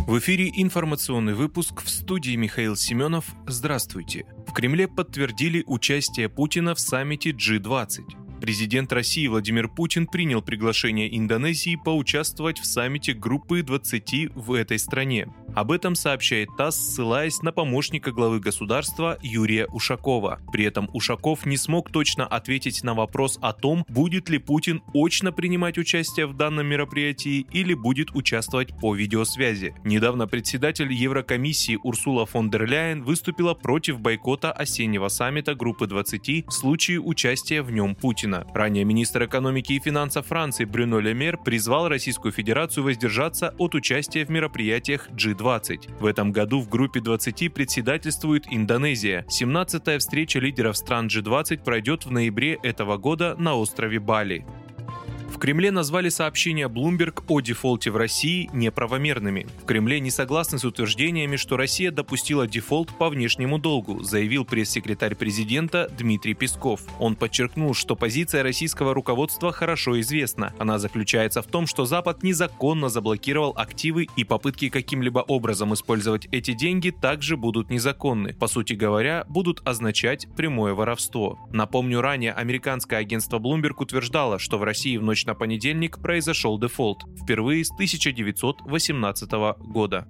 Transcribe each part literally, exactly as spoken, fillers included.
В эфире информационный выпуск, в студии Михаил Семенов. Здравствуйте. В Кремле подтвердили участие Путина в саммите джи двадцать. Президент России Владимир Путин принял приглашение Индонезии поучаствовать в саммите группы двадцати в этой стране. Об этом сообщает ТАСС, ссылаясь на помощника главы государства Юрия Ушакова. При этом Ушаков не смог точно ответить на вопрос о том, будет ли Путин очно принимать участие в данном мероприятии или будет участвовать по видеосвязи. Недавно председатель Еврокомиссии Урсула фон дер Ляйен выступила против бойкота осеннего саммита группы двадцати в случае участия в нем Путина. Ранее министр экономики и финансов Франции Брюно Ле Мер призвал Российскую Федерацию воздержаться от участия в мероприятиях джи двадцать. В этом году в группе двадцати председательствует Индонезия. семнадцатая встреча лидеров стран джи двадцать пройдет в ноябре этого года на острове Бали. В Кремле назвали сообщения Bloomberg о дефолте в России неправомерными. В Кремле не согласны с утверждениями, что Россия допустила дефолт по внешнему долгу, заявил пресс-секретарь президента Дмитрий Песков. Он подчеркнул, что позиция российского руководства хорошо известна. Она заключается в том, что Запад незаконно заблокировал активы, и попытки каким-либо образом использовать эти деньги также будут незаконны. По сути говоря, будут означать прямое воровство. Напомню, ранее американское агентство Bloomberg утверждало, что в России в ночь на понедельник произошел дефолт, впервые с тысяча девятьсот восемнадцатого года.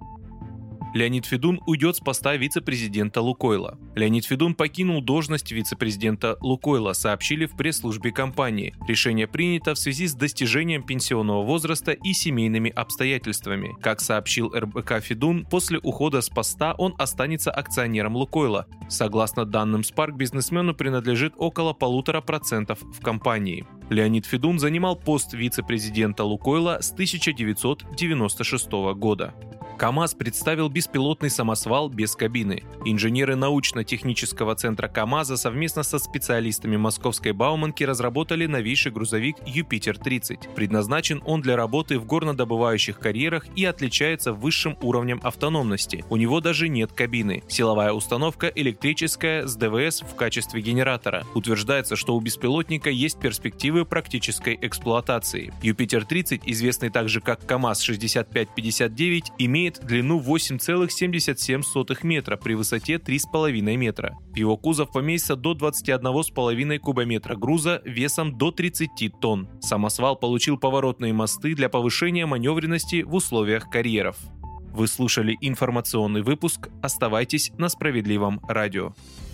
Леонид Федун уйдет с поста вице-президента Лукойла. Леонид Федун покинул должность вице-президента Лукойла, сообщили в пресс-службе компании. Решение принято в связи с достижением пенсионного возраста и семейными обстоятельствами. Как сообщил эр бэ ка Федун, после ухода с поста он останется акционером Лукойла. Согласно данным Спарк, бизнесмену принадлежит около полутора процентов в компании. Леонид Федун занимал пост вице-президента Лукойла с тысяча девятьсот девяносто шестого года. КАМАЗ представил беспилотный самосвал без кабины. Инженеры научно-технического центра КАМАЗа совместно со специалистами московской Бауманки разработали новейший грузовик Юпитер тридцать. Предназначен он для работы в горнодобывающих карьерах и отличается высшим уровнем автономности. У него даже нет кабины. Силовая установка электрическая с дэ вэ эс в качестве генератора. Утверждается, что у беспилотника есть перспективы практической эксплуатации. Юпитер тридцать, известный также как КАМАЗ шестьдесят пять пятьдесят девять, имеет длину восемь целых семьдесят семь сотых метра при высоте три с половиной метра. В его кузов поместится до двадцати одного с половиной кубометра груза весом до тридцати тонн. Самосвал получил поворотные мосты для повышения маневренности в условиях карьеров. Вы слушали информационный выпуск. Оставайтесь на Справедливом радио.